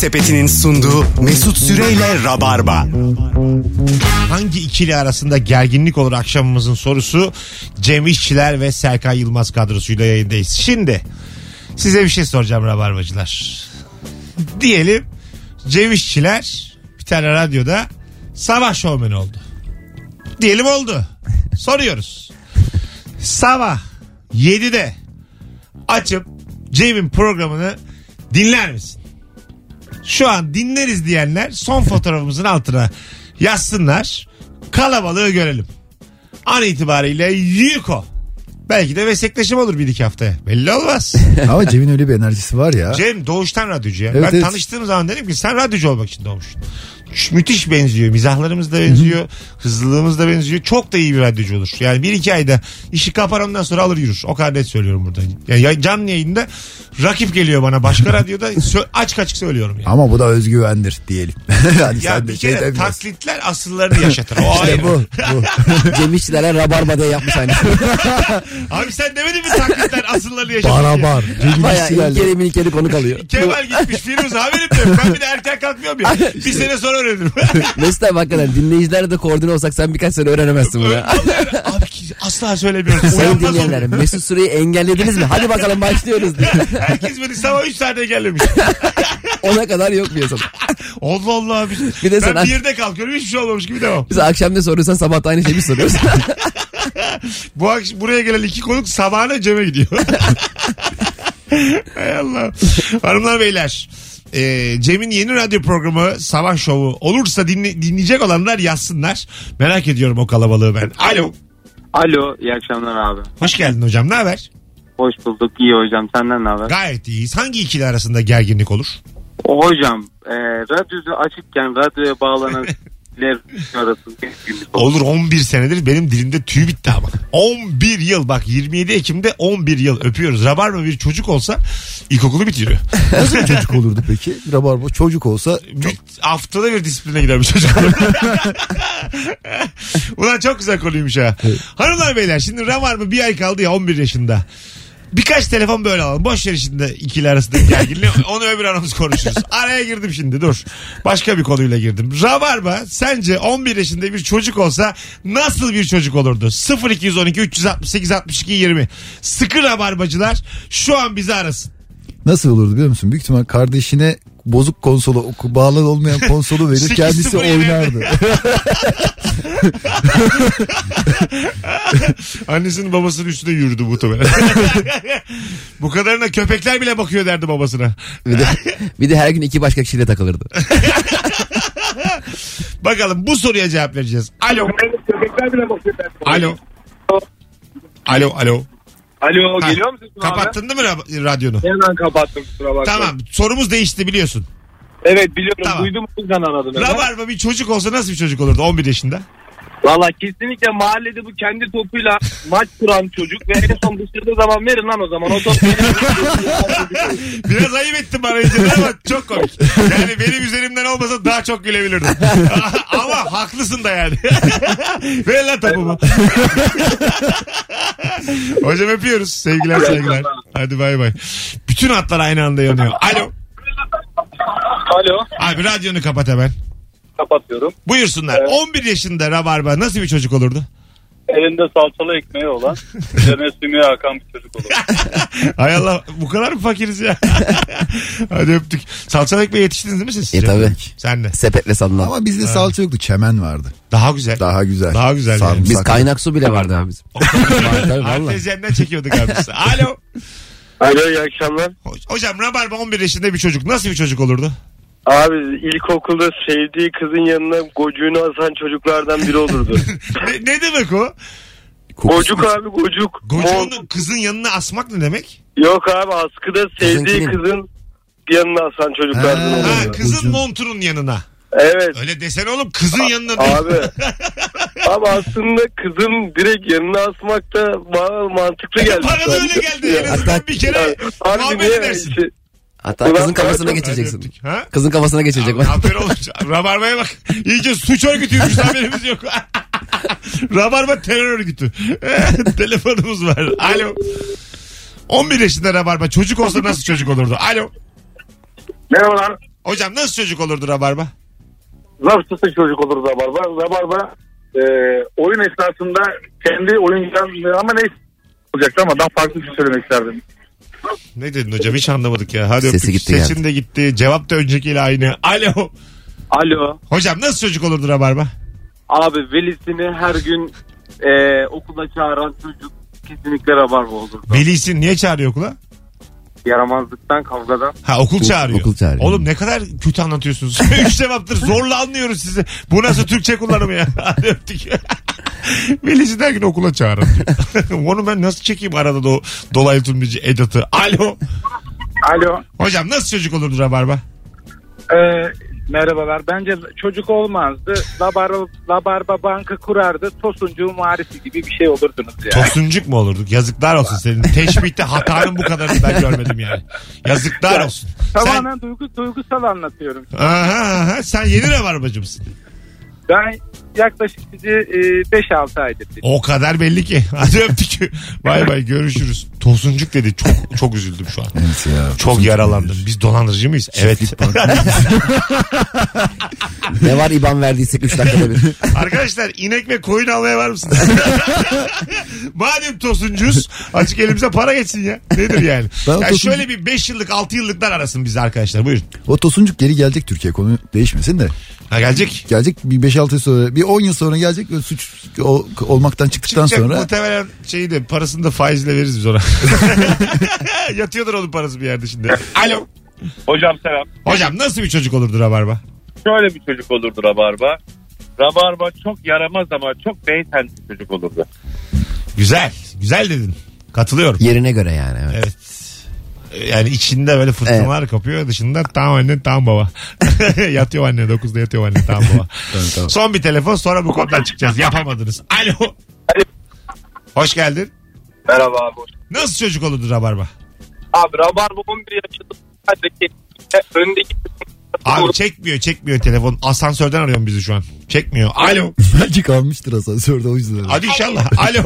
Sepeti'nin sunduğu Mesut Süreyle Rabarba. Hangi ikili arasında gerginlik olur akşamımızın sorusu. Cem İşçiler ve Serkan Yılmaz kadrosuyla yayındayız. Şimdi size bir şey soracağım Rabarbacılar. Diyelim Cem İşçiler bir tane radyoda sabah şovmeni oldu. Diyelim oldu. Soruyoruz. Sabah 7'de açıp Cem'in programını dinler misin? Şu an dinleriz diyenler son fotoğrafımızın altına yazsınlar. Kalabalığı görelim. An itibariyle Yuko. Belki de meslektaşım olur bir iki haftaya. Belli olmaz. Ama Cem'in öyle bir enerjisi var ya. Cem doğuştan radyocu ya. Evet, ben evet. tanıştığım zaman dedim ki sen radyocu olmak için doğmuşsun. Müthiş benziyor. Mizahlarımız da benziyor. Hızlılığımız da benziyor. Çok da iyi bir radyocu olur. Yani 1-2 ayda işi kapar, ondan sonra alır yürür. O kadar net söylüyorum burada. Yani canlı yayında rakip geliyor bana. Başka radyoda açık açık söylüyorum. Yani. Ama bu da özgüvendir diyelim. Yani Ya bir kere taklitler asıllarını yaşatır. O İşte ayrı. bu. Cem İşçiler'e Rabarba'da yapmış aynı. Abi sen demedin mi taklitler asıllarını yaşatır? Barabar. Baya ilkeli konu kalıyor. Kemal gitmiş Firuze haberim de yok. Ben bir de erken kalkmıyorum ya. Bir sene sonra öğrenirim. Mesut abi hakikaten dinleyicilerle de koordine olsak sen birkaç sene öğrenemezsin bunu. Abi asla söylemiyorum. Sayın Uyanmaz dinleyenler oldum. Mesut Süreyi engellediniz mi? Hadi bakalım başlıyoruz diye. Herkes beni sabah 3 saate engellemiş. Ona kadar yok piyasada. Allah Allah abi. Bir de Ben sen- bir yerde kalkıyorum, hiçbir şey olmamış gibi devam. Biz akşam ne soruyorsan sabah da aynı şeyi soruyoruz. Bu akşam buraya gelen iki konuk sabahına Cem'e gidiyor. Hay Allah. Hanımlar beyler. Cem'in yeni radyo programı Sabah Şovu olursa dinleyecek olanlar yazsınlar. Merak ediyorum o kalabalığı ben. Alo. Alo, iyi akşamlar abi. Hoş geldin hocam, ne haber? Hoş bulduk, iyi hocam. Senden ne haber? Gayet iyiyiz. Hangi ikili arasında gerginlik olur? Hocam, radyoyu açıkken radyoya bağlanan arasında gerginlik olur. Olur, 11 senedir benim dilimde tüy bitti ama. 11 yıl bak, 27 Ekim'de 11 yıl öpüyoruz. Rabarba bir çocuk olsa ilkokulu bitiriyor. Nasıl bir çocuk olurdu peki? Rabarba çocuk olsa Haftada bir disipline gider bir çocuk. Ulan çok güzel konuymuş ha. Evet. Hanımlar beyler, şimdi Rabarba bir ay kaldı ya, 11 yaşında. Birkaç telefon böyle alalım. Boş ver şimdi ikili arasındaki gerginliği. Onu öbür anımız konuşuruz. Araya girdim şimdi, dur. Başka bir konuyla girdim. Rabarba sence 11 yaşında bir çocuk olsa nasıl bir çocuk olurdu? 0212 368 62 20. Sıkı Rabarbacılar şu an bizi arasın. nasıl olurdu biliyor musun? Büyük ihtimal kardeşine bozuk konsolu, bağlı olmayan konsolu verir, 8-0 kendisi oynardı. Annesinin babasının üstüne yürüdü muhtemelen. Bu kadarına köpekler bile bakıyor derdi babasına. Bir de her gün iki başka kişiyle takılırdı. Bakalım bu soruya cevap vereceğiz. Alo. Alo. Alo. Alo. Alo, Ha, geliyor musun? kapattın değil mi radyonu? Hemen kapattım, kusura bakma. Tamam, sorumuz değişti biliyorsun. Evet biliyorum, Tamam. duydum, o yüzden aradım. hemen. Rabarba bir çocuk olsa nasıl bir çocuk olurdu 11 yaşında? Valla kesinlikle mahallede bu kendi topuyla maç kuran çocuk ve en son dışarıda zaman verin lan o zaman. O top Biraz ayıp ettim bana önce ama çok komik. Yani benim üzerimden olmasa daha çok gülebilirdim. Ama haklısın da yani. Ver lan topumu. Hocam öpüyoruz. Sevgiler saygılar. Hadi bay bay. Bütün hatlar aynı anda yanıyor. Alo. Alo, Abi radyonu kapat hemen. kapatıyorum. Buyursunlar. Evet. 11 yaşında Rabarba nasıl bir çocuk olurdu? Elinde salçalı ekmeği olan, üzerine sümüğe akan bir çocuk olur. Hay Allah, bu kadar mı fakiriz ya? Hadi öptük. Salçalı ekmeğe yetiştiniz değil mi siz? Tabii. Sen de. Sepetle salınan. Ama bizde salça yoktu, çemen vardı. Daha güzel. Daha güzel. Daha güzel yani. Sarımsak. Biz kaynak su bile vardı abi bizim. Tabii, vallahi. Artezyenden çekiyorduk abi. Alo. Alo, iyi akşamlar. Hocam Rabarba 11 yaşında bir çocuk. Nasıl bir çocuk olurdu? Abi ilkokulda sevdiği kızın yanına gocuğunu asan çocuklardan biri olurdu. Ne demek o? Gocuk abi, gocuk. Gocuğunu kızın yanına asmak ne demek? Yok abi, askıda sevdiği Kızınkinin. kızın yanına asan çocuklardan Ha. olurdu. Ha, kızın Gocuğun. montunun yanına. Evet. Öyle desene oğlum, kızın yanına değil. Abi. Abi aslında kızın direkt yanına asmak da mantıklı geldi. Bana da öyle geldi. En azından bir kere Abi muhabbet niye edersin. işte, Hatta kızın kafasına Hadi geçireceksin. öptük. Ha? Kızın kafasına geçirecek. Abi, aferin oğlum. Rabarba'ya bak. İyice suç örgütüymüş, haberimiz yok. Rabarba terör örgütü. Telefonumuz var. Alo. 11 yaşında Rabarba çocuk olsa nasıl çocuk olurdu? Alo. merhabalar. Hocam nasıl çocuk olurdu Rabarba? Nasıl çocuk olur Rabarba? Rabarba oyun esnasında kendi oyuncağını ama neyse olacaktı ama daha farklı bir şey söylemek isterdim. Ne dedin hocam hiç anlamadık ya. Hadi Sesi öptük. gitti, Sesin geldi. de gitti. Cevap da öncekiyle aynı. Alo. Alo. Hocam nasıl çocuk olurdu Rabarba? Abi velisini her gün okula çağıran çocuk kesinlikle Rabarba olur. Velisin niye çağırıyor okula? Yaramazlıktan, kavgadan. Ha okul çağırıyor. okul çağırıyor. Oğlum ne kadar kötü anlatıyorsunuz. 3 cevaptır zorla anlıyoruz sizi. Bu nasıl Türkçe kullanımı ya? Hadi öptük. Velisi der ki okula çağırın diyor. Onu ben nasıl çekeyim arada da o dolaylı tümleci edatı. Alo. Alo. Hocam nasıl çocuk olurdu Rabarba? Merhabalar. Bence çocuk olmazdı. Rabarba banka kurardı. Tosuncuğun varisi gibi bir şey olurdunuz ya. Tosuncuk mu olurduk? Yazıklar olsun senin. Teşbihte hatanın bu kadarını ben görmedim yani. Yazıklar olsun. Tamamen duygusal anlatıyorum. Aha, sen yeni Rabarbacı mısın? Ben yaklaşık sizi 5-6 aydır. O kadar belli ki. Hadi öptük. Bay bay görüşürüz. Tosuncuk dedi. Çok üzüldüm şu an. Evet ya, Çok yaralandım. Biz dolandırıcı mıyız? Evet. Ne var IBAN verdiysek 3 dakikada bir. Arkadaşlar inek ve koyun almaya var mısınız? Madem tosuncuyuz açık elimize para geçsin ya. Nedir yani? Şöyle bir 5 yıllık 6 yıllıklar arasın bizi arkadaşlar. Buyurun. O tosuncuk geri gelecek Türkiye, konu değişmesin de. Ha gelecek. Gelecek bir 5-6 yıl sonra, bir 10 yıl sonra gelecek ve suç olmaktan çıktıktan Çıkacak, sonra. muhtemelen şeyi de parasını da faizle veririz biz ona. Yatıyordur onun parası bir yerde şimdi. Alo. Hocam selam. Hocam nasıl bir çocuk olurdu Rabarba? Şöyle bir çocuk olurdu Rabarba. Rabarba çok yaramaz ama çok beyefendi bir çocuk olurdu. Güzel. Güzel dedin. Katılıyorum. Yerine göre yani. Evet. Evet. Yani içinde böyle fırtınalar kapıyor. Dışında tam anne tam baba. Yatıyor anne 9'da yatıyor anne tam baba. Tamam. Son bir telefon sonra bu konudan çıkacağız. Yapamadınız. Alo. Hoş geldin. Merhaba abi. Nasıl çocuk olurdu Rabarba? Abi Rabarba 11 yaşında öndeki Abi çekmiyor telefon. Asansörden arıyorum bizi şu an. Çekmiyor. Alo. Belki kalmıştır asansörde, o yüzden. Hadi inşallah. Alo.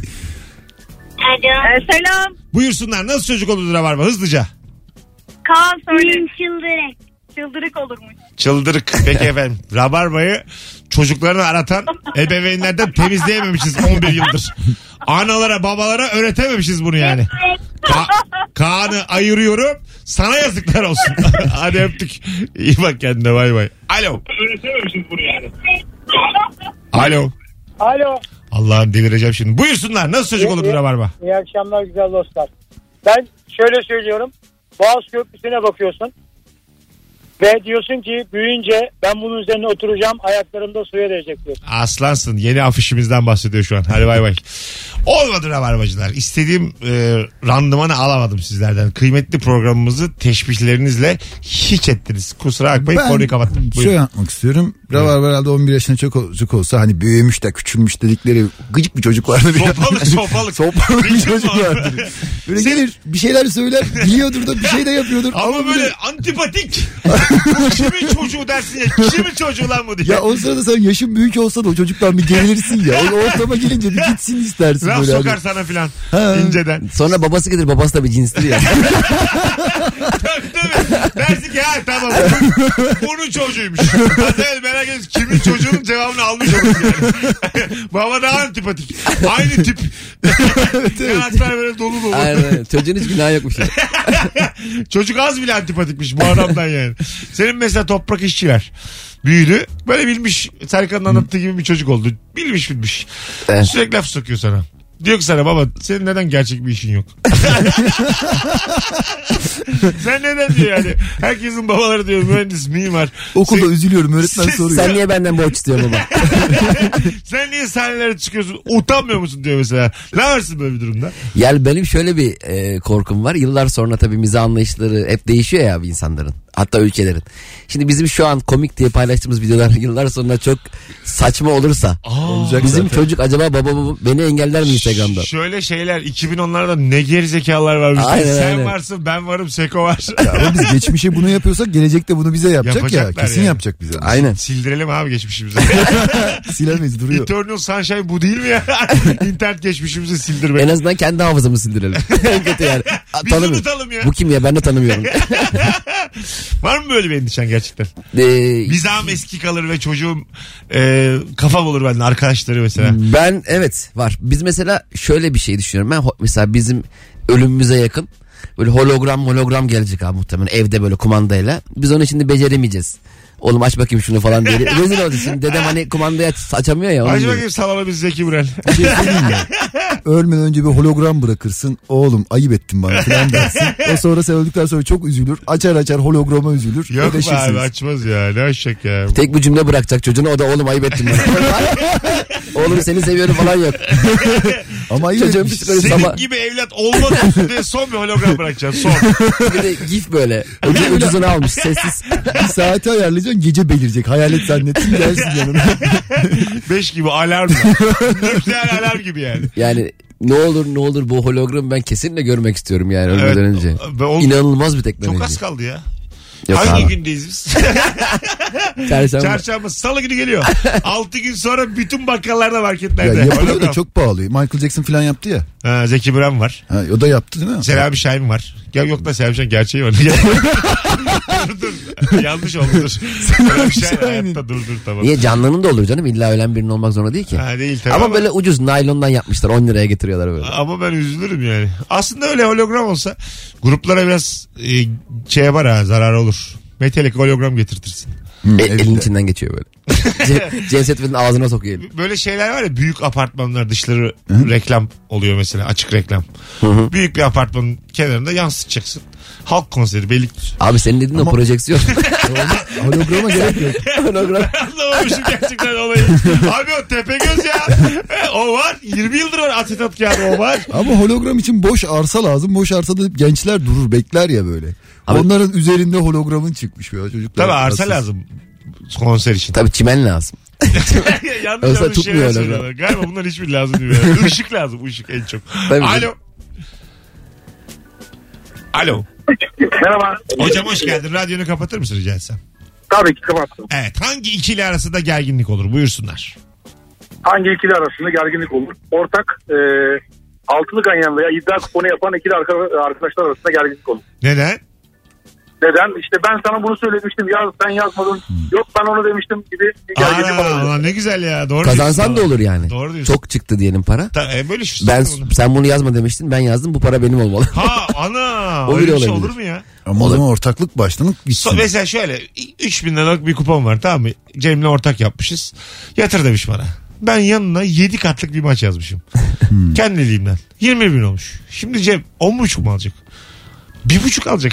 Alo. Selam. Buyursunlar. Nasıl çocuk olurdu Rabarba? Hızlıca. Kaan söyle. Çıldırık. Çıldırık olurmuş. Çıldırık. Peki efendim. Rabarba'yı çocuklarını aratan ebeveynlerden temizleyememişiz 11 yıldır. Analara babalara öğretememişiz bunu yani. Kaan'ı ayırıyorum. Sana yazıklar olsun. Hadi öptük. İyi bak kendine, bay bay. Alo. öğretememişiz bunu yani. Alo. Alo. Allah'ım delireceğim şimdi. Buyursunlar. Nasıl çocuk olurdu Rabarba? İyi akşamlar güzel dostlar. Ben şöyle söylüyorum. Boğaz Köprüsü'ne bakıyorsun. Ve diyorsun ki büyüyünce ben bunun üzerine oturacağım, ayaklarımda suya değecek diyorsun. Aslansın. Yeni afişimizden bahsediyor şu an. Hadi bay bay. Olmadı Rabarbacılar. İstediğim randımanı alamadım sizlerden. Kıymetli programımızı teşbihlerinizle hiç ettiniz. Kusura bakmayın. Konuyu kapattım. Şöyle yapmak istiyorum. Rabarba herhalde 11 yaşında çocuk olsa, hani büyümüş de küçülmüş dedikleri gıcık bir çocuk vardır. Sopalık. Sopalık bir çocuk vardır. Böyle gelir bir şeyler söyler, biliyordur da bir şey de yapıyordur. Ama böyle antipatik. Bu kimin çocuğu dersin ya? Kimin çocuğu lan bu diye. Ya o sırada sen yaşın büyük olsa da o çocuktan bir gerilirsin ya. O ortama gelince bir gitsin istersin. Laf böyle sokar hani. sana filan. Ha. İnceden. Sonra babası gelir, babası da bir cinstir ya. Tabii. Dersin ki ha tamam. Bunun çocuğuymuş. Hadi merak ediyorsun. Kimin çocuğunun cevabını almış olursun yani. Baba daha antipatik. Aynı tip. Yanaklar böyle dolu dolu. Aynen. Çocuğun hiç günahı yokmuş ya. Çocuk az bile antipatikmiş bu adamdan yani. Senin mesela toprak işçiler büyüdü. Böyle bilmiş, Serkan'ın anlattığı gibi bir çocuk oldu. Bilmiş. Evet. Sürekli laf sokuyor sana. Diyor ki sana baba senin neden gerçek bir işin yok? Sen neden diyor yani. Herkesin babaları diyor mühendis, mimar. Okulda üzülüyorum, öğretmen soruyor. Sen niye benden borç istiyorsun baba? Sen niye sahnelere çıkıyorsun? Utanmıyor musun diyor mesela. Ne varsın böyle bir durumda? Yani benim şöyle bir korkum var. Yıllar sonra tabii mizah anlayışları hep değişiyor ya insanların. Hatta ülkelerin. Şimdi bizim şu an komik diye paylaştığımız videolar yıllar sonra çok saçma olursa. Olacak Bizim zaten. çocuk acaba baba beni engeller mi Instagram'da? Şöyle şeyler 2010'larda ne gerizekalılar varmış. Aynen, Sen aynen. varsın ben varım Seko var. Ya ama biz geçmişe bunu yapıyorsak gelecekte bunu bize yapacak ya. Yapacaklar Kesin yani. yapacak bize. Aynen. Sildirelim abi geçmişimizi. Silemeyiz, duruyor. Eternal Sunshine bu değil mi ya? İnternet geçmişimizi sildirmek. En azından kendi hafızamı sildirelim. En kötü yani. Biz unutalım ya. Bu kim ya, ben de tanımıyorum. Var mı böyle bir endişen gerçekten? Mizahım eski kalır ve çocuğum kafam olur benden, arkadaşları mesela. Ben evet var. Biz mesela şöyle bir şey düşünüyorum. Ben mesela bizim ölümümüze yakın böyle hologram gelecek abi muhtemelen evde böyle kumandayla. Biz onu şimdi beceremeyeceğiz. Oğlum aç bakayım şunu falan diye. Rezil oldu şimdi. Dedem hani kumandayı açamıyor ya. Aç bakayım salona biz Zeki Müren. Ölmeden önce bir hologram bırakırsın. Oğlum ayıp ettin bana falan dersin. O sonra sen öldükten sonra çok üzülür. Açar holograma üzülür. Yok be abi, açmaz ya. Ne açacak ya. Tek bir cümle bırakacak çocuğuna, o da oğlum ayıp ettin bana. Oğlum seni seviyorum falan yok. Ama ayıp etmiş. Senin gibi evlat olmadı diye son bir hologram bırakacaksın. Son. Bir de gif böyle. Ucuzunu almış sessiz. Bir saati ayarlayacaksın, gece belirecek. Hayalet zannettin gelsin yanına. 5 gibi alarm. Nükleer alarm gibi yani. Yani ne olur bu hologramı ben kesinlikle görmek istiyorum yani ölmeden önce. İnanılmaz bir teknoloji. Çok az kaldı ya. Yok hangi abi. gündeyiz biz? Çarşamba. Salı günü geliyor. 6 gün sonra bütün bakkallarda, marketlerde. Ya yapılıyor da çok pahalı. Michael Jackson falan yaptı ya. Ha, Zeki Müren var. Ha, o da yaptı değil mi? Selami Şahin var. Yok da Selami Şahin gerçeği var. dur. Yanlış oldu dur. Selami Şahin hayatta dur tamam. Niye, canlının da olur canım. İlla ölen birinin olmak zorunda değil ki. Ha, değil tabii. Ama böyle ucuz naylondan yapmışlar. 10 liraya getiriyorlar böyle. Ama ben üzülürüm yani. Aslında öyle hologram olsa gruplara biraz şeye var ha, zarar olur. Metalik hologram getirtirsin. Elin içinden geçiyor böyle. Censet ağzına sokuyor. Böyle şeyler var ya, büyük apartmanlar dışları reklam oluyor mesela, açık reklam. Büyük bir apartmanın kenarında yansıtacaksın. Halk konseri Beylikdüzü. Abi senin dediğin o projeksiyon. Holograma gerek yok. Hologram. Anlamamışım gerçekten olayı. Abi o Tepegöz ya. O var. 20 yıldır var asetat kağıdı, o var. Ama hologram için boş arsa lazım. Boş arsada hep gençler durur bekler ya böyle. Abi, onların üzerinde hologramın çıkmış ya çocuklar. Tabii arsa lazım konser için. Tabii çimen lazım. yanlış şeyler söylüyorlar. Galiba bunlar hiçbir lazım değil. Yani. Işık lazım, ışık en çok. Tabii. Alo. Merhaba. Hocam hoş geldin. Radyonu kapatır mısın rica etsem? Tabii ki kapattım. Evet. Hangi ikili arasında gerginlik olur? Buyursunlar. Hangi ikili arasında gerginlik olur? Ortak altılı ganyan veya iddia kuponu yapan ikili arkadaşlar arasında gerginlik olur. Neden? Neden? İşte ben sana bunu söylemiştim. Sen yazmadın. Yok ben onu demiştim gibi bir gerginlik olur. Ne güzel ya. Doğru. Kazansan da olur yani. Doğru diyorsun. Çok çıktı diyelim para. Böyle şu. Sen bunu yazma demiştin. Ben yazdım. Bu para benim olmalı. Ha ana. O öyle bile şey olabilir. olur mu ya? Ama o zaman ortaklık başlanıp gitsin. Mesela şöyle 3.000 liralık bir kupon var, tamam mı? Cem'le ortak yapmışız. Yatır demiş bana. Ben yanına 7 katlık bir maç yazmışım. Kendiliğimden. 20.000 olmuş. Şimdi Cem 10.5 mu alacak? 1.5 alacak.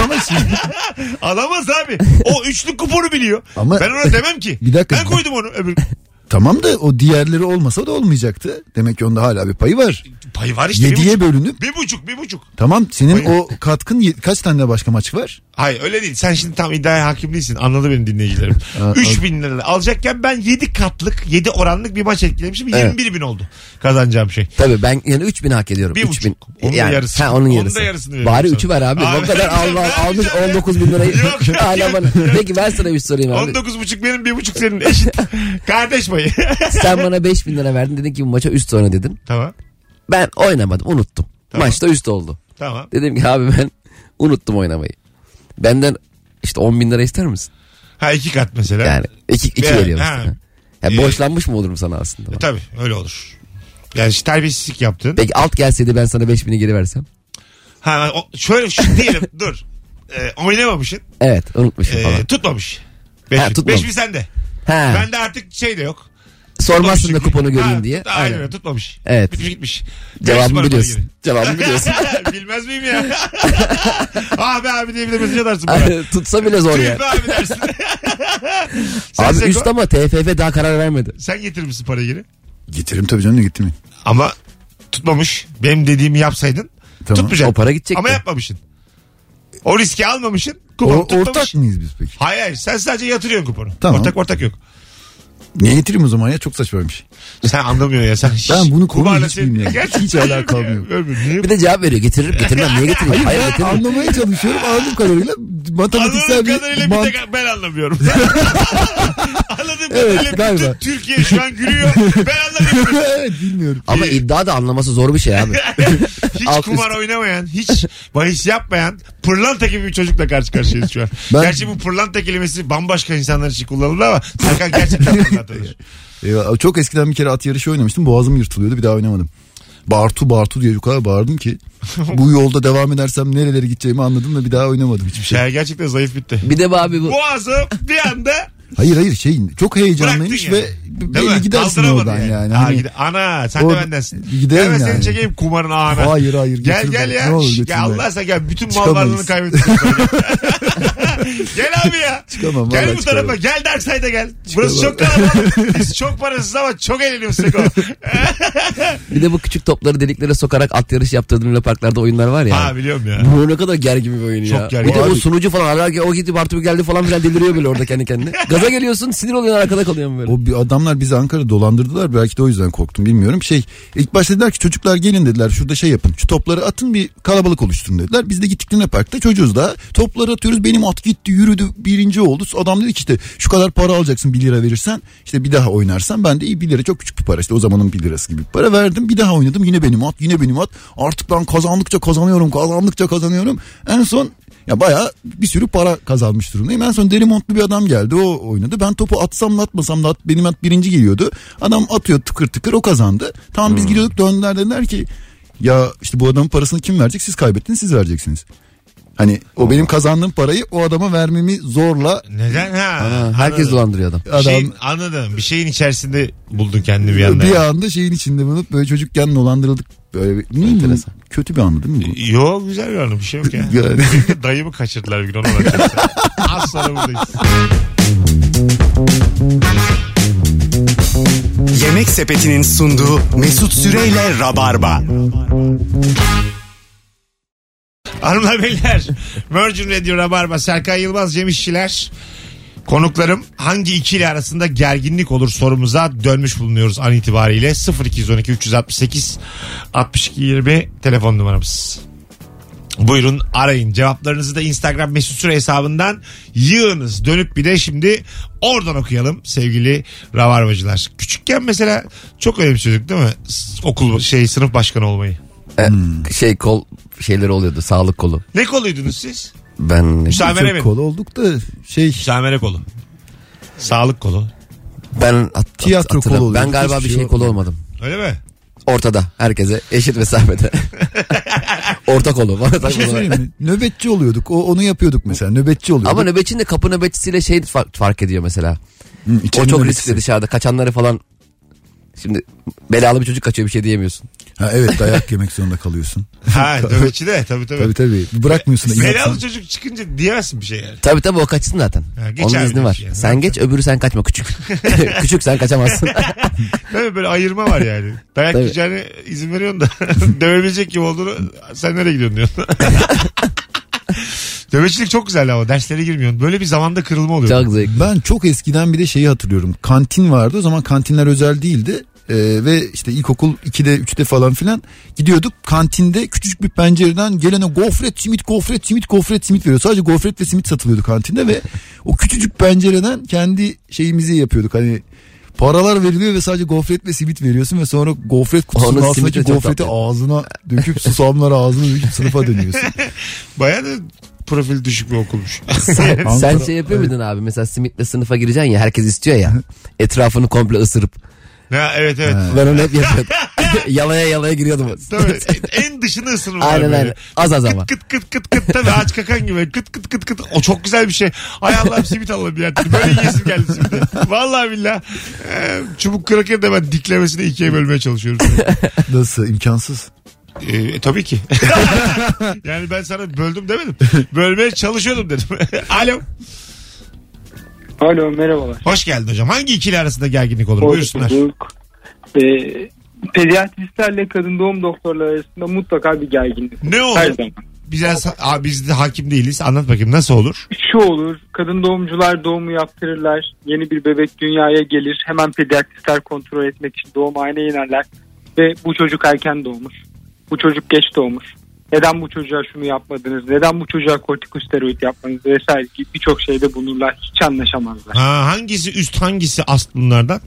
Alamaz abi. O üçlü kuponu biliyor. Ama ben ona demem ki. Bir dakika. Ben koydum onu. Tamam da o diğerleri olmasa da olmayacaktı. Demek ki onda hala bir payı var. Payı var işte. 7'ye bölünüp. 1.5. Tamam, senin payı. O katkın kaç tane başka maç var? Hayır öyle değil. Sen şimdi tam iddiaya hakim değilsin. Anladı benim dinleyicilerim. 3.000 lira alacakken ben 7 katlık 7 oranlık bir maç etkilemişim. Evet. 21.000 oldu kazanacağım şey. Tabii ben yani 3.000 hak ediyorum. 1.5. Onun yani, yarısı. onun Onun yarısı. da yarısını Bari veriyorum 3'ü ver abi. O kadar almış 19.000 lirayı. Yok. Hala bana. Peki ben sana bir sorayım abi. 19.5 benim, 1.5 senin, eşit. Kardeş payı. Sen bana 5.000 lira verdin, dedin ki bu maça üst sonra dedin. Tamam. Ben oynamadım, unuttum. Tamam. Maçta üst oldu. Tamam. Dedim ki abi ben unuttum oynamayı. Benden işte 10.000 lira ister misin? Ha 2 kat mesela. Yani 2 veriyorum ha. sana. Yani borçlanmış mı olurum sana aslında? Tabii öyle olur. Yani işte terbiyesizlik yaptın. Peki alt gelseydi ben sana 5.000'i geri versem? Ha şöyle diyelim dur. Oynamamışsın. Evet, unutmuşum falan. Tutmamış. Tutmamış. 5.000 sende. Ha. Bende artık şey de yok. Sormazsın da kuponu göreyim diye. Aynen öyle, tutmamış. Evet. Gitmiş. Cevabını biliyorsun. Cevabını biliyorsun. Bilmez miyim ya? abi diye bir de mesaj atarsın bana. Tutsa bile zor yani. Abi dersin. Abi Seko, üst ama TFF daha karar vermedi. sen getirir misin parayı geri? Getiririm tabii canım, getirmeyin. Ama tutmamış. Benim dediğimi yapsaydın Tamam. tutmayacaksın. O para gidecekti. Ama yapmamışsın. O riski almamışsın. Ortak mıyız biz peki? Hayır sen sadece yatırıyorsun kuponu. Tamam. Ortak yok. Niye getireyim o zaman ya? Çok saçma bir şey. Sen anlamıyorsun ya. Sen Ben bunu kumarla konuyu hiç bilmiyorum. Gerçekten Hiç alakam yok. Niye? Bir de cevap veriyor. Getiririm getirmem. Niye getireyim? Hayır Ben getirmem. anlamaya çalışıyorum. Anladığım kadarıyla matematiksel Anladığım bir kadarıyla bir tek ben anlamıyorum. Anladığım Evet, kadarıyla galiba. bütün Türkiye şu an gülüyor. Ben anlamıyorum. Evet, bilmiyorum. Ama iddia da anlaması zor bir şey abi. Hiç Alt kumar oynamayan, hiç bahis yapmayan pırlanta gibi bir çocukla karşı karşıyayız şu an. Ben- Gerçi bu pırlanta kelimesi bambaşka insanlar için kullanılır ama Serkan gerçekten pırlantadır. Çok eskiden bir kere at yarışı oynamıştım. Boğazım yırtılıyordu. Bir daha oynamadım. Bartu diye o kadar bağırdım ki. Bu yolda devam edersem nerelere gideceğimi anladım ve bir daha oynamadım hiçbir şey. Şey gerçekten zayıf bitti. Bir de abi bu. Boğazı bir anda Hayır çok heyecanlıymış bıraktın ve değil mi? belli gidersin Kaldıramadın oradan yani. Ha, Hani, ana sen de Orada- bendensin. giderim Gel ben seni yani. çekeyim kumarın ağına. Hayır Gel götürme. gel ya. Ne olur Şş, götürme. ya Allah sen gel. Bütün mal Çıkamayız. varlığını kaybettin. Gel abi ya. Çıkamam, Gel vallahi bu tarafa. çıkamam. Gel Darkside'a gel. Burası çok kalabalık. Biz çok parasız ama çok eğleniyoruz Seko. Bir de bu küçük topları deliklere sokarak at yarışı yaptırdığın Luna Parklarda oyunlar var ya. Ha biliyorum ya. Bu ne kadar gergin bir oyun Çok ya. gergin. Bir de Abi- o sunucu falan hala o gitti Bartu geldi falan filan deliriyor böyle orada kendi kendine. Gaza geliyorsun sinir oluyorsun arkada kalıyorsun böyle. O bir adamlar bizi Ankara'da dolandırdılar. Belki de o yüzden korktum bilmiyorum. İlk başta dediler ki çocuklar gelin dediler. Şurada şey yapın. Şu topları atın bir kalabalık oluşturun dediler. Biz de gittik Luna Park'ta çocuğuz da. Topları atıyoruz. Benim at gitti yürüdü. Birinci oldu. Adam dedi ki işte şu kadar para alacaksın 1 lira verirsen. İşte bir daha oynarsan. Ben de iyi 1 lira çok küçük bir para. İşte o zamanın 1 lirası gibi bir para verdim. Bir daha oynadım. Yine benim at. Artık ben kazandıkça kazanıyorum. En son ya bayağı bir sürü para kazanmış durumdayım. En son deri montlu bir adam geldi. O oynadı. Ben topu atsam da atmasam da benim at birinci geliyordu. Adam atıyor tıkır tıkır o kazandı. Tamam biz gidiyorduk döndüler dediler ki ya işte bu adamın parasını kim verecek? Siz kaybettiniz siz vereceksiniz. Hani o benim kazandığım parayı o adama vermemi zorla Neden ha? Herkes Anladım. dolandırıyor adam. Bir şeyin, anladım. Bir şeyin içerisinde buldun kendini bir anda. bir anda şeyin içinde bulup böyle çocukken dolandırıldık. Böyle bir, enteresan. Kötü bir anı değil mi bu? Yo güzel bir anı bir şey yok ya. Yani. Benim de dayımı kaçırdılar bir gün onu anlatacağım. Az sonra buradayız. Yemek Sepeti'nin sunduğu Mesut Süreyle Rabarba. Hanımlar beyler Virgin Radio Rabarba Serkan Yılmaz Cem İşçiler konuklarım hangi ikili arasında gerginlik olur sorumuza dönmüş bulunuyoruz an itibariyle 0212 368 62 20 telefon numaramız. Buyurun arayın cevaplarınızı da Instagram Mesut Süre hesabından yığınız dönüp bir de şimdi oradan okuyalım sevgili rabarbacılar. Küçükken mesela çok önemsiyorduk değil mi okul sınıf başkanı olmayı. Kol şeyleri oluyordu sağlık kolu. Ne koluydunuz siz? Ben Müsamere Çok mi? kol olduk da Müsamere kolu. Sağlık kolu. Tiyatro kolu oluyordu. Ben galiba Hiçbir bir şey şey yok. kolu olmadım. Öyle mi? Ortada herkese eşit mesafede. Orta kolu. Bir şey söyleyeyim mi? Nöbetçi oluyorduk. Onu yapıyorduk mesela. Nöbetçi oluyorduk. Ama nöbetçinin de kapı nöbetçisiyle fark ediyor mesela. İçeri O çok nöbetçisi. riskli dışarıda kaçanları falan. Şimdi belalı bir çocuk kaçıyor bir şey diyemiyorsun. Ha, evet dayak yemek zorunda kalıyorsun. Ha nöbetçi de tabii. Tabii. Bırakmıyorsun da Belalı inatsan. çocuk çıkınca diyemezsin bir şey yani. Tabii o kaçsın zaten. Ha, geç Onun abi izni var. diyorsun yani. Sen geç öbürü sen kaçma küçük. Küçük sen kaçamazsın. Değil mi? Böyle ayırma var yani. Dayak Tabii. yiyeceğine izin veriyorsun da dövebilecek gibi olduğunu sen nereye gidiyorsun diyorsun. Nöbetçilik çok güzel ama derslere girmiyorsun. Böyle bir zamanda kırılma oluyor. Çok zevkli. Ben çok eskiden bir de şeyi hatırlıyorum. Kantin vardı. O zaman kantinler özel değildi. Ve işte ilkokul 2'de 3'te falan filan gidiyorduk. Kantinde küçücük bir pencereden gelene gofret simit veriyor. Sadece gofret ve simit satılıyordu kantinde ve o küçücük pencereden kendi şeyimizi yapıyorduk. Hani paralar veriliyor ve sadece gofret ve simit veriyorsun ve sonra gofret kutusunun Onun altındaki simidi çok gofreti tatlı. ağzına döküp susamları ağzına döküp sınıfa dönüyorsun. Bayağı da profil düşük bir okulmuş. Sen Ankara- şey yapıyor muydun abi? Mesela simitle sınıfa gireceksin ya herkes istiyor ya. Etrafını komple ısırıp. Ha, evet. Ben onu hep yapıyordum. yalaya giriyordum. Tabii en dışını ısırırlar Aynen böyle. aynen. Az ama. Kıt tabii aç kakan gibi kıt. O çok güzel bir şey. Ay Allah'ım simit alalım bir yerden. Böyle yiyesim geldi simidi. Vallahi billah. Çubuk kraker de ben diklemesini ikiye bölmeye çalışıyorum. Nasıl imkansız. Tabii ki. Yani ben sana böldüm demedim. Bölmeye çalışıyordum dedim. Alo. Alo merhabalar. Hoş geldin hocam. Hangi ikili arasında gerginlik olur? Buyursunlar. Pediatristlerle kadın doğum doktorları arasında mutlaka bir gerginlik. Ne olur? Her zaman. biz de hakim değiliz. Anlat bakayım nasıl olur? Şu olur. Kadın doğumcular doğumu yaptırırlar. Yeni bir bebek dünyaya gelir. Hemen pediatristler kontrol etmek için doğum muayeneye inerler. Ve bu çocuk erken doğmuş. Bu çocuk geç doğmuş. Neden bu çocuğa şunu yapmadınız? Neden bu çocuğa kortikosteroid yapmadınız? Vesaire gibi birçok şeyde bulunurlar. Hiç anlaşamazlar. Hangisi üst hangisi ast bunlardan?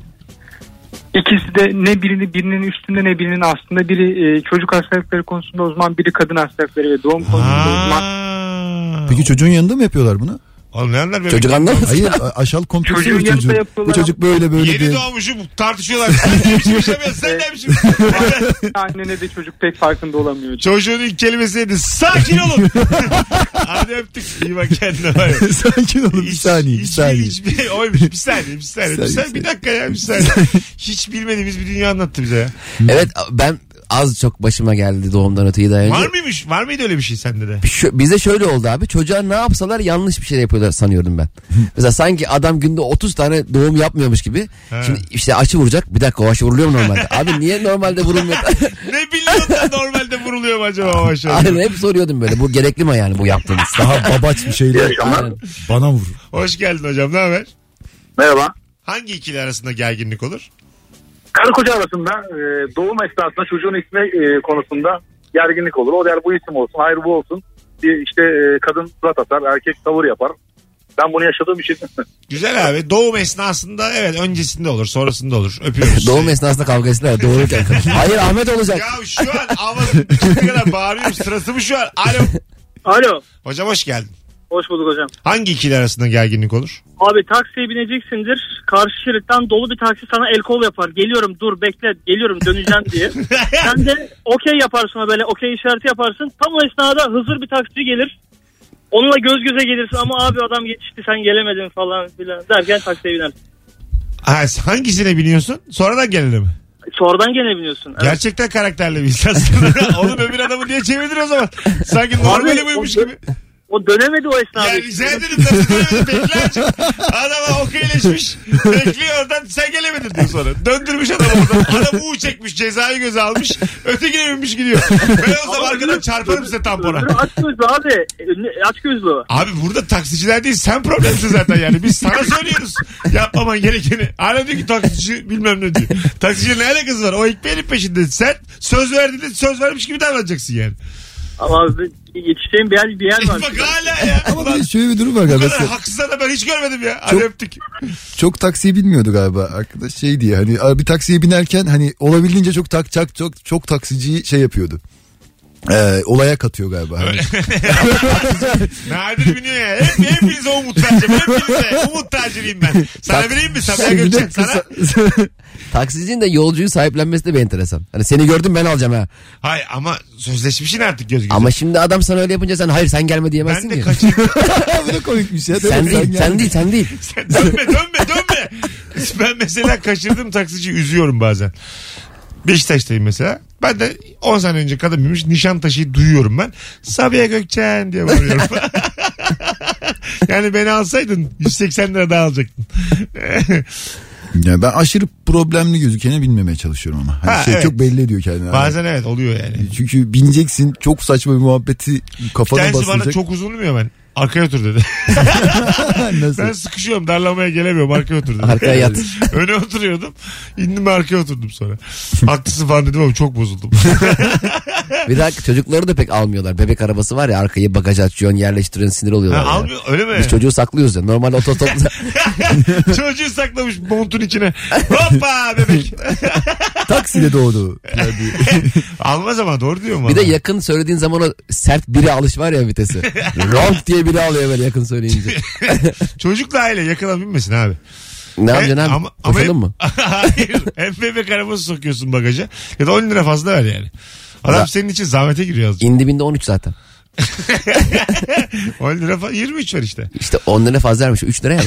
İkisi de ne birinin üstünde ne birinin aslında. Biri çocuk hastalıkları konusunda uzman, biri kadın hastalıkları ve doğum konusunda uzman. Peki çocuğun yanında mı yapıyorlar bunu? Anlayanlar bebek. Çocuk anlamaz. Hayır aşağılık kompleksi Çocuğun mi yanında çocuğu? yapıyorlar. Bu çocuk böyle Yeni diye. doğmuşum tartışıyorlar. Sen neymişim yaşamıyorsun, sen neymişim. Annene de çocuk pek farkında olamıyor. Çocuğun ilk kelimesi neydi? Sakin olun. Hadi öptük. İyi bak kendine var. Sakin olun bir saniye. Bir saniye. Bir saniye. Bir dakika ya bir saniye. Hiç bilmediğimiz bir dünya anlattı bize ya. Evet ben az çok başıma geldi doğumdan öteyi daha önce. Var mıymış? Var mıydı öyle bir şey sende de? Bize şöyle oldu abi. Çocuğa ne yapsalar yanlış bir şey yapıyorlar sanıyordum ben. Mesela sanki adam günde 30 tane doğum yapmıyormuş gibi. He. Şimdi işte aşı vuracak. Bir dakika o aşı vuruluyor mu normalde? Abi niye normalde vurulmuyor? Ne biliyorsun da normalde vuruluyor mu acaba o aşı? Aynen hep soruyordum böyle. Bu gerekli mi yani bu yaptığınız? Daha babaç bir şeyler. Aynen. Bana vur. Hoş geldin hocam, ne haber? Merhaba. Hangi ikili arasında gerginlik olur? Karı koca arasında doğum esnasında çocuğun ismi konusunda gerginlik olur. O der bu isim olsun, hayır bu olsun. İşte kadın surat atar, erkek tavır yapar. Ben bunu yaşadığım için. Güzel abi. Doğum esnasında evet, öncesinde olur, sonrasında olur. Öpüyoruz. Doğum esnasında kavga etsinler. Doğururken. Hayır Ahmet olacak. Ya şu an avazın ne kadar bağırıyorum, sırası mı şu an? Alo. Alo. Hocam hoş geldin. Hoş bulduk hocam. Hangi ikili arasında gerginlik olur? Abi taksiye bineceksindir. Karşı şeritten dolu bir taksi sana el kol yapar. Geliyorum dur bekle geliyorum döneceğim diye. Sen de okey yaparsın, böyle okey işareti yaparsın. Tam o esnada Hızır bir taksici gelir. Onunla göz göze gelirsin ama abi adam yetişti sen gelemedin falan filan derken taksiye binersin. Hangisine biniyorsun? Sonradan gelene mi? Sonradan gene biniyorsun. Evet. Gerçekten karakterli bir insansın. Oğlum öbür adamı niye çevirdin o zaman? Sanki normali buymuş gibi. O dönemedi o esnada. Ya rica ederim nasıl dönemedi? Bekle azıcık. Adama okeyleşmiş. Bekliyor oradan, sen gelemedin diyor sonra. Döndürmüş adamı oradan. Adam U çekmiş, cezayı göze almış. Ötekine binmiş gidiyor. Ben o zaman arkadan çarparım size tampona. Aç gözlü abi. Aç gözlü. Abi burada taksiciler değil, sen problemsin zaten yani. Biz sana söylüyoruz yapmaman gerekeni. Hala diyor ki taksici bilmem ne diyor. Taksiciyle ne alakası var? O ekmeğinin peşinde. Sen söz verdiğinde söz vermiş gibi davranacaksın yani. Ama yetişeceğim bir yer var. Bak hala ya. Ama bir şöyle bir durum var Bu galiba. kadar haksız adam ben hiç görmedim ya. Hadi öptük. Çok taksiye binmiyordu galiba arkadaş, şey diye hani bir taksiye binerken hani olabildiğince çok taksiciyi şey yapıyordu. Olaya katıyor galiba. Hani. Nadir biniyor ya. Hepinize umut vereceğim. Hepinize umut taciriyim ben. Sana vereyim mi? Sabiha Gökçen sana. Taksicinin de yolcuyu sahiplenmesi de bir enteresan. Hani seni gördüm ben alacağım ha. Hayır ama sözleşmişsin artık göz göze. Ama şimdi adam sana öyle yapınca sen hayır sen gelme diyemezsin Ben de ki. kaçırdım. Bu da komikmiş ya. Sen değil. Dönme. Ben mesela kaçırdığım taksiciyi üzüyorum bazen. Beşiktaş'tayım mesela. Ben de 10 sene önce kadın binmiş, Nişantaşı'yı duyuyorum ben. Sabiha Gökçen diye bağırıyorum. Yani beni alsaydın 180 lira daha alacaktın. Yani ben aşırı problemli gözükene binmemeye çalışıyorum ama. Hani Evet. çok belli ediyor kendini. Bazen evet oluyor yani. Çünkü bineceksin, çok saçma bir muhabbeti kafana Bir tanesi basılacak. bana çok uzun mu ben? Arkaya otur dedi. Nasıl? Ben sıkışıyorum, darlamaya gelemiyorum, arkaya otur dedi. Arkaya yat. Öne oturuyordum. İndim arkaya oturdum sonra. Haklısın falan dedim ama çok bozuldum. Bir dakika çocukları da pek almıyorlar. Bebek arabası var ya arkayı bagajı açıyorsun yerleştiriyorsun sinir oluyorlar. Almıyor öyle mi? Biz çocuğu saklıyoruz ya. Normalde otostopta. Çocuğu saklamış montun içine. Hoppa bebek. Takside doğdu. Almaz ama doğru diyor mu? Bir de yakın söylediğin zaman o sert biri alış var ya vitesi. Ronk diye biri alıyor böyle yakın söyleyince. Çocukla aile yakına binmesin abi. Ne yapacaksın abi? Koşalım mı? Hayır. Hem bebek arabası sokuyorsun bagaja. Ya da 10 lira fazla ver yani. Adam senin için zahmete giriyor azıcık. İndi binde 13 zaten. 10 lira fazla 23 ver işte. İşte 10 lira fazla vermiş. 3 lira yani.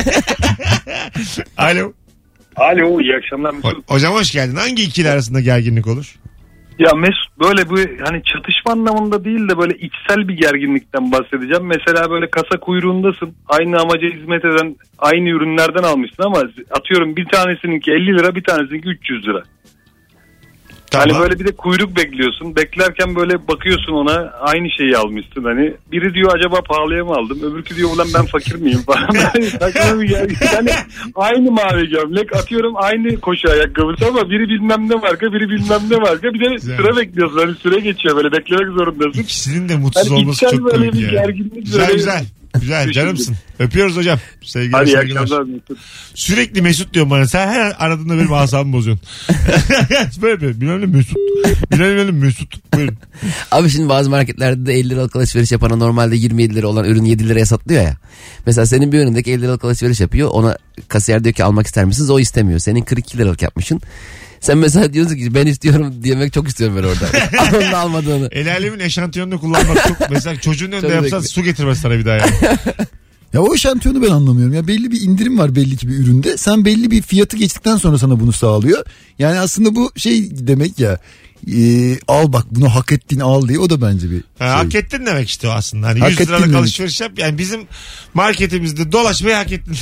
Alo. Alo, iyi akşamlar. Hocam hoş geldin. Hangi ikili arasında gerginlik olur? Ya Mesut, böyle bu hani çatışma anlamında değil de böyle içsel bir gerginlikten bahsedeceğim. Mesela böyle kasa kuyruğundasın. Aynı amaca hizmet eden aynı ürünlerden almışsın ama atıyorum bir tanesininki 50 lira, bir tanesininki 300 lira. Tamam. Hani böyle bir de kuyruk bekliyorsun. Beklerken böyle bakıyorsun ona, aynı şeyi almışsın hani. Biri diyor acaba pahalıya mı aldım? Öbürkü diyor ulan ben fakir miyim falan. Yani aynı mavi gömlek, atıyorum aynı koşu ayakkabısı ama biri bilmem ne marka, biri bilmem ne marka. Bir de Güzel. sıra bekliyorsun. Hani süre geçiyor, böyle beklemek zorundasın. İkisinin de mutsuz Hani olması içten çok böyle komik bir ya. gerginlik Güzel böyle- güzel. Güzel canımsın. Öpüyoruz hocam. Sevgiler Hadi iyi saygılar. akşamlar Mesut. Sürekli Mesut diyorum bana. Sen her aradığında benim asabımı bozuyorsun. Böyle yapıyor. Bilmem ne Mesut. Bilmem ne Mesut. Buyurun. Abi şimdi bazı marketlerde de 50 liralık alışveriş yapana normalde 27 lira olan ürün 7 liraya satılıyor ya. Mesela senin bir önündeki 50 liralık alışveriş yapıyor. Ona kasiyer diyor ki almak ister misiniz? O istemiyor. Senin 42 liralık yapmışsın. Sen mesela diyorsun ki ben istiyorum diyemek çok istiyorum ben orada. Onun almadığını. El alemin eşantiyonunu kullanmak çok. Mesela çocuğun önünde Çok yapsan zevkli. su getirmez sana bir daha yani. Ya o şantiyonu ben anlamıyorum. Ya belli bir indirim var belli ki bir üründe. Sen belli bir fiyatı geçtikten sonra sana bunu sağlıyor. Yani aslında bu şey demek ya. Al bak bunu hak ettiğini al diye, o da bence bir şey. Hak ettin demek işte o aslında. Hani Hak 100 ettin liralık demek. alışveriş yap. Yani bizim marketimizde dolaşmayı hak ettin.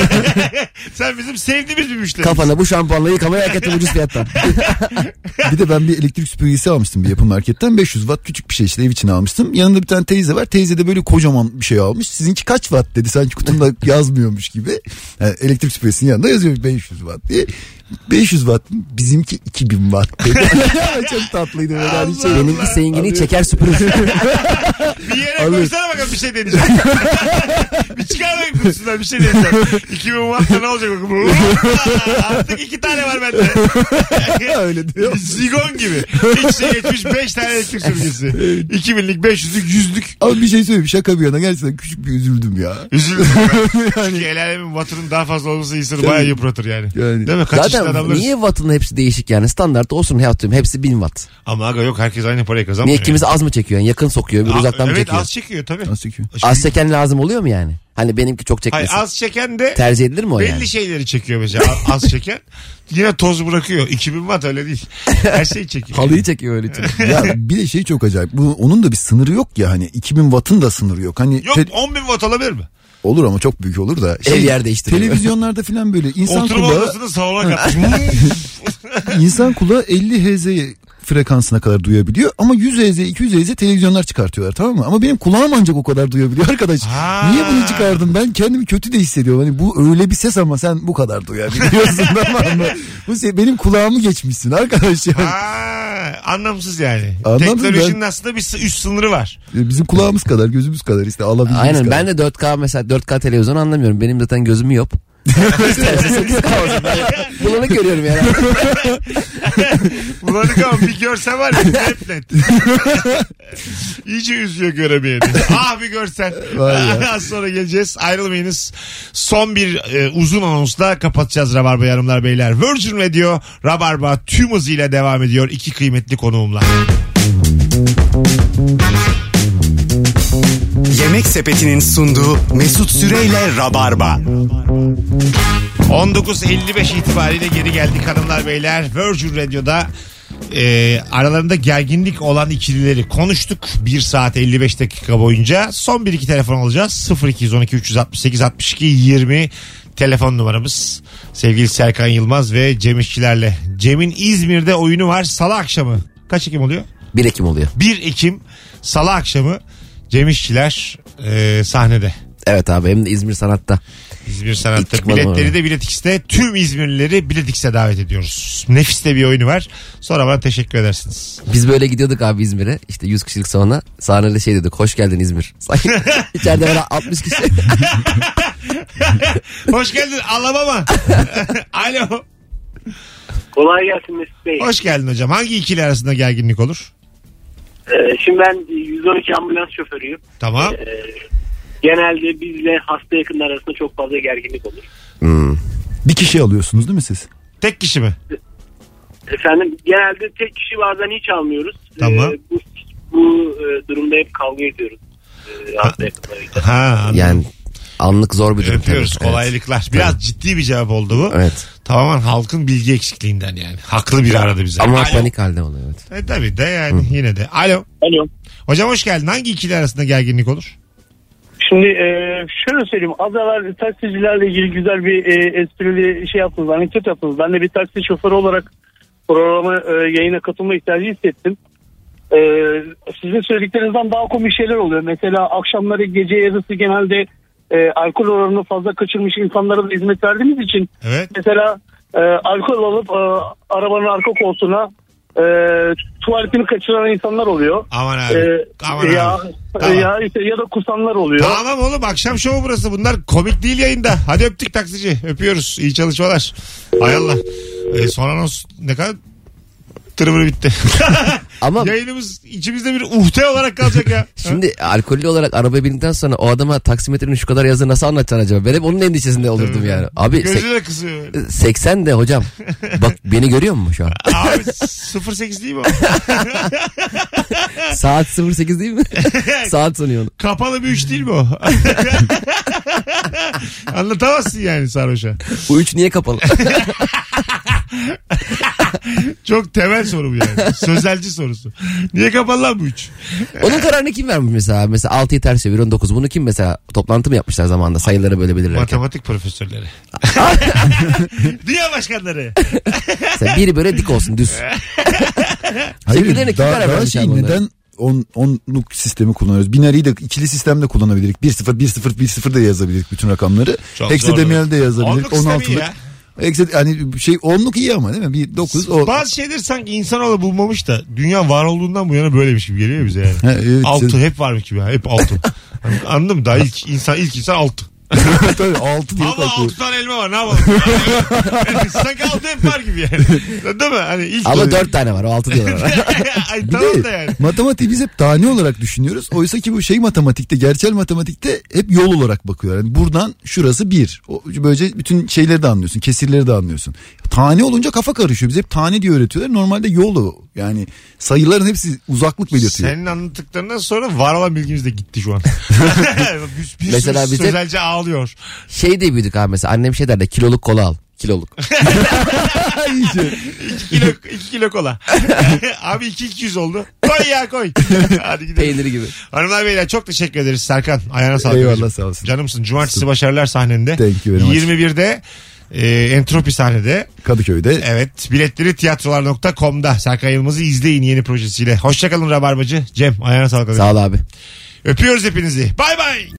Sen bizim sevdiğimiz bir müşteri. Kafana bu şampuanla yıkamayı hak ettin ucuz fiyattan. Bir de ben bir elektrik süpürgesi almıştım bir yapım marketten. 500 watt küçük bir şey, işte ev için almıştım. Yanında bir tane teyze var. Teyze de böyle kocaman bir şey almış. Sizinki kaç watt dedi. Sanki kutumda yazmıyormuş gibi. Yani elektrik süpürgesinin yanında yazıyor 500 watt diye. 500 watt mı? Bizimki 2000 watt dedi. Çok tatlıydı böyle. Hani şey. Benimki sengini çeker süpürür. Bir yere koysana bakalım, bir şey deneyeceğim. Bir çıkar bakayım kutusundan bir şey deneyeceğim. 2000 watt'ta ne olacak bakalım. Artık 2 tane var bende. Öyle diyor. Zigon gibi. İç şey geçmiş 5 tane elektrik süpürgesi. 2000'lik, 500'lük, 100'lük. Ama bir şey söyleyeyim, şaka bir yana gerçekten küçük bir üzüldüm ya. Üzüldüm. Çünkü el alemin wattının daha fazla olması insanı Tabii. bayağı yıpratır yani. Yani. Değil mi? Kaç yaşında Zaten adamlarız. niye wattının hepsi değişik yani? Standart olsun atıyorum hepsi 1000 watt. Ama aga yok, herkes aynı parayı kazanmıyor. Niye kimisi az mı çekiyor? Yani yakın sokuyor, bir uzaktan mı evet, çekiyor? az çekiyor tabii. Nasıl çekiyor? Az çeken lazım oluyor mu yani? Hani benimki çok Hayır, çekmesin. az çeken de Tercih edilir mi o belli yani? şeyleri çekiyor mesela. Az çeken yine toz bırakıyor. 2000 watt öyle değil. Her şeyi çekiyor. Halıyı çekiyor öyle için. Ya bir de şey çok acayip. Onun da bir sınırı yok ya, hani 2000 watt'ın da sınırı yok. Hani Yok 10.000 watt olabilir mi? olur ama çok büyük olur da. Ev yer değiştiriyor. Televizyonlarda falan böyle insan Oturma kulağı, odasını salona katmış. insan kulağı 50 Hz frekansına kadar duyabiliyor ama 100 Hz 200 Hz televizyonlar çıkartıyorlar, tamam mı? Ama benim kulağım ancak o kadar duyabiliyor arkadaş. Ha. Niye bunu çıkardın? Ben kendimi kötü de hissediyorum. Hani bu öyle bir ses ama sen bu kadar duyabiliyorsun tamam mı? Benim kulağımı geçmişsin arkadaş yani. Anlamsız yani. Anlamsız, Teknolojinin aslında bir üst sınırı var. Bizim kulağımız kadar, gözümüz kadar işte alabildiğimiz Aynen kadar. ben de 4K mesela 4K televizyon anlamıyorum. Benim zaten gözüm yok. İsterse 8K olsun. Bulanık görüyorum yani. Bulanık ama bir görsen var ya net. İyice üzüyor göremeyeni. Ah bir görsen. Az sonra geleceğiz. Ayrılmayınız. Son bir uzun anonsla kapatacağız Rabarba Hanımlar Beyler. Virgin Radio Rabarba tüm hızıyla devam ediyor. 2 kıymetli konuğumla. Yemek Sepeti'nin sunduğu Mesut Süreyle Rabarba. 19.55 itibariyle geri geldik hanımlar beyler. Virgin Radio'da aralarında gerginlik olan ikilileri konuştuk. 1 saat 55 dakika boyunca. Son 1-2 telefon alacağız. 0212 368 62 20 telefon numaramız. Sevgili Serkan Yılmaz ve Cem İşçilerle. Cem'in İzmir'de oyunu var salı akşamı. Kaç Ekim oluyor? 1 Ekim oluyor. 1 Ekim salı akşamı Cem İşçiler sahnede. Evet abi, hem de İzmir Sanat'ta. İzmir Sanat'ta. İlk çıkmadım Biletleri abi. de Bilet X'te. Tüm İzmirlileri Bilet X'e davet ediyoruz. Nefis de bir oyunu var. Sonra bana teşekkür edersiniz. Biz böyle gidiyorduk abi İzmir'e. İşte 100 kişilik sonra sahnede şey dedik. Hoş geldin İzmir. İçeride böyle 60 kişi. Hoş geldin Alabama. Alo. Kolay gelsin Mesut Bey. Hoş geldin hocam. Hangi ikili arasında gerginlik olur? Şimdi ben 112 ambulans şoförüyüm. Tamam. Genelde bizle hasta yakınlar arasında çok fazla gerginlik olur. Bir kişi alıyorsunuz değil mi siz? Tek kişi mi? Efendim genelde tek kişi, bazen hiç almıyoruz. Tamam. Bu durumda hep kavga ediyoruz. Hasta yakınlarıyla. Ha, anladım. Yani anlık zor bir durum. Öpüyoruz. tabii. Kolaylıklar. Biraz ciddi bir cevap oldu bu. Evet. Tamamen halkın bilgi eksikliğinden yani. Haklı biri aradı bize. Ama Alo. panik halde oluyor. Evet. Tabii de yani yine de. Alo. Alo. Hocam hoş geldin. Hangi ikili arasında gerginlik olur? Şimdi şöyle söyleyeyim. Az evvel taksicilerle ilgili güzel bir esprili şey yaptınız. Anekdot yaptınız. Ben de bir taksi şoförü olarak programa yayına katılma ihtiyacı hissettim. Sizin söylediklerinizden daha komik şeyler oluyor. Mesela akşamları gece yarısı genelde alkol oranını fazla kaçırmış insanlara da hizmet verdiğimiz için mesela alkol alıp arabanın arka koltuğuna tuvaletini kaçıran insanlar oluyor. Aman abi. Aman abi. Tamam. Ya da kusanlar oluyor. Tamam oğlum, akşam şovu burası. Bunlar komik değil yayında. Hadi öptük taksici. Öpüyoruz. İyi çalışmalar. Hay Allah. Son anons ne kadar tırmırı bitti. Ama yayınımız içimizde bir uhde olarak kalacak ya. Şimdi alkollü olarak arabaya bindikten sonra o adama taksimetrenin şu kadar yazı nasıl anlatacaksın acaba? Ben hep onun endişesinde olurdum yani. Abi gözü de kısıyor. 80 de hocam. Bak beni görüyor musun şu an? Abi 08 değil mi o? Saat 08 değil mi? Saat sanıyor onu. Kapalı bir 3 değil mi o? Anlatamazsın yani sarhoşa. Bu 3 niye kapalı? Çok temel soru bu yani. Sözelci sorusu. Niye kapalı lan bu 3? Onun kararını kim vermiş mesela? Mesela 6'yı ters çevir 19. Bunu kim mesela toplantı mı yapmışlar zamanında sayıları böyle belirlerken? Matematik profesörleri. Dünya başkanları. Mesela biri böyle dik olsun düz. Hayır daha şey neden onluk sistemi kullanıyoruz. Binariyi de ikili sistemde kullanabilirik. 1-0 1-0 1-0 da yazabilirik bütün rakamları. Hexadecimal de yazabilirik. 16'lık. Yani şey onluk iyi ama değil mi? Bir 9. Bazı şeyler sanki insanoğlu bulmamış da dünya var olduğundan bu yana böylemiş gibi geliyor bize yani. Evet, 6 hep varmış gibi. Hep 6. Anladın mı? Daha ilk insan 6. Tabii 6 diye kalkıyor. 6 tane elma var, ne yapalım? Sanki 6 hep var gibi yani. Değil mi? Hani ilk ama 4 tane var, o 6 diyorlar. Ay, tamam da yani. Matematiği biz hep tane olarak düşünüyoruz. Oysa ki bu şey matematikte, gerçel matematikte hep yol olarak bakıyorlar. Yani buradan şurası 1. Böylece bütün şeyleri de anlıyorsun, kesirleri de anlıyorsun. Tane olunca kafa karışıyor. Biz hep tane diye öğretiyorlar. Normalde yol o. Yani sayıların hepsi uzaklık belirtiyor. Senin anlattıklarından sonra var olan bilgimiz de gitti şu an. bir mesela sürü sözelce ağlıyor. Şey diye büyüdük abi mesela. Annem şey derdi, kiloluk kola al. Kiloluk. 2 kilo kola. Abi 200 oldu. Koy ya koy. Hadi gidelim. Peyniri gibi. Hanımlar beyler çok teşekkür ederiz Serkan. Ayağına sağlık. Eyvallah, sağ olsun. Canımsın. Cumartesi başarılar sahnende. Thank you very much. 21'de Entropi sahnede. Kadıköy'de. Evet. Biletleri tiyatrolar.com'da. Serkan Yılmaz'ı izleyin yeni projesiyle. Hoşçakalın Rabarbacı. Cem ayağına sağlık. Sağ ol abi. Öpüyoruz hepinizi. Bay bay.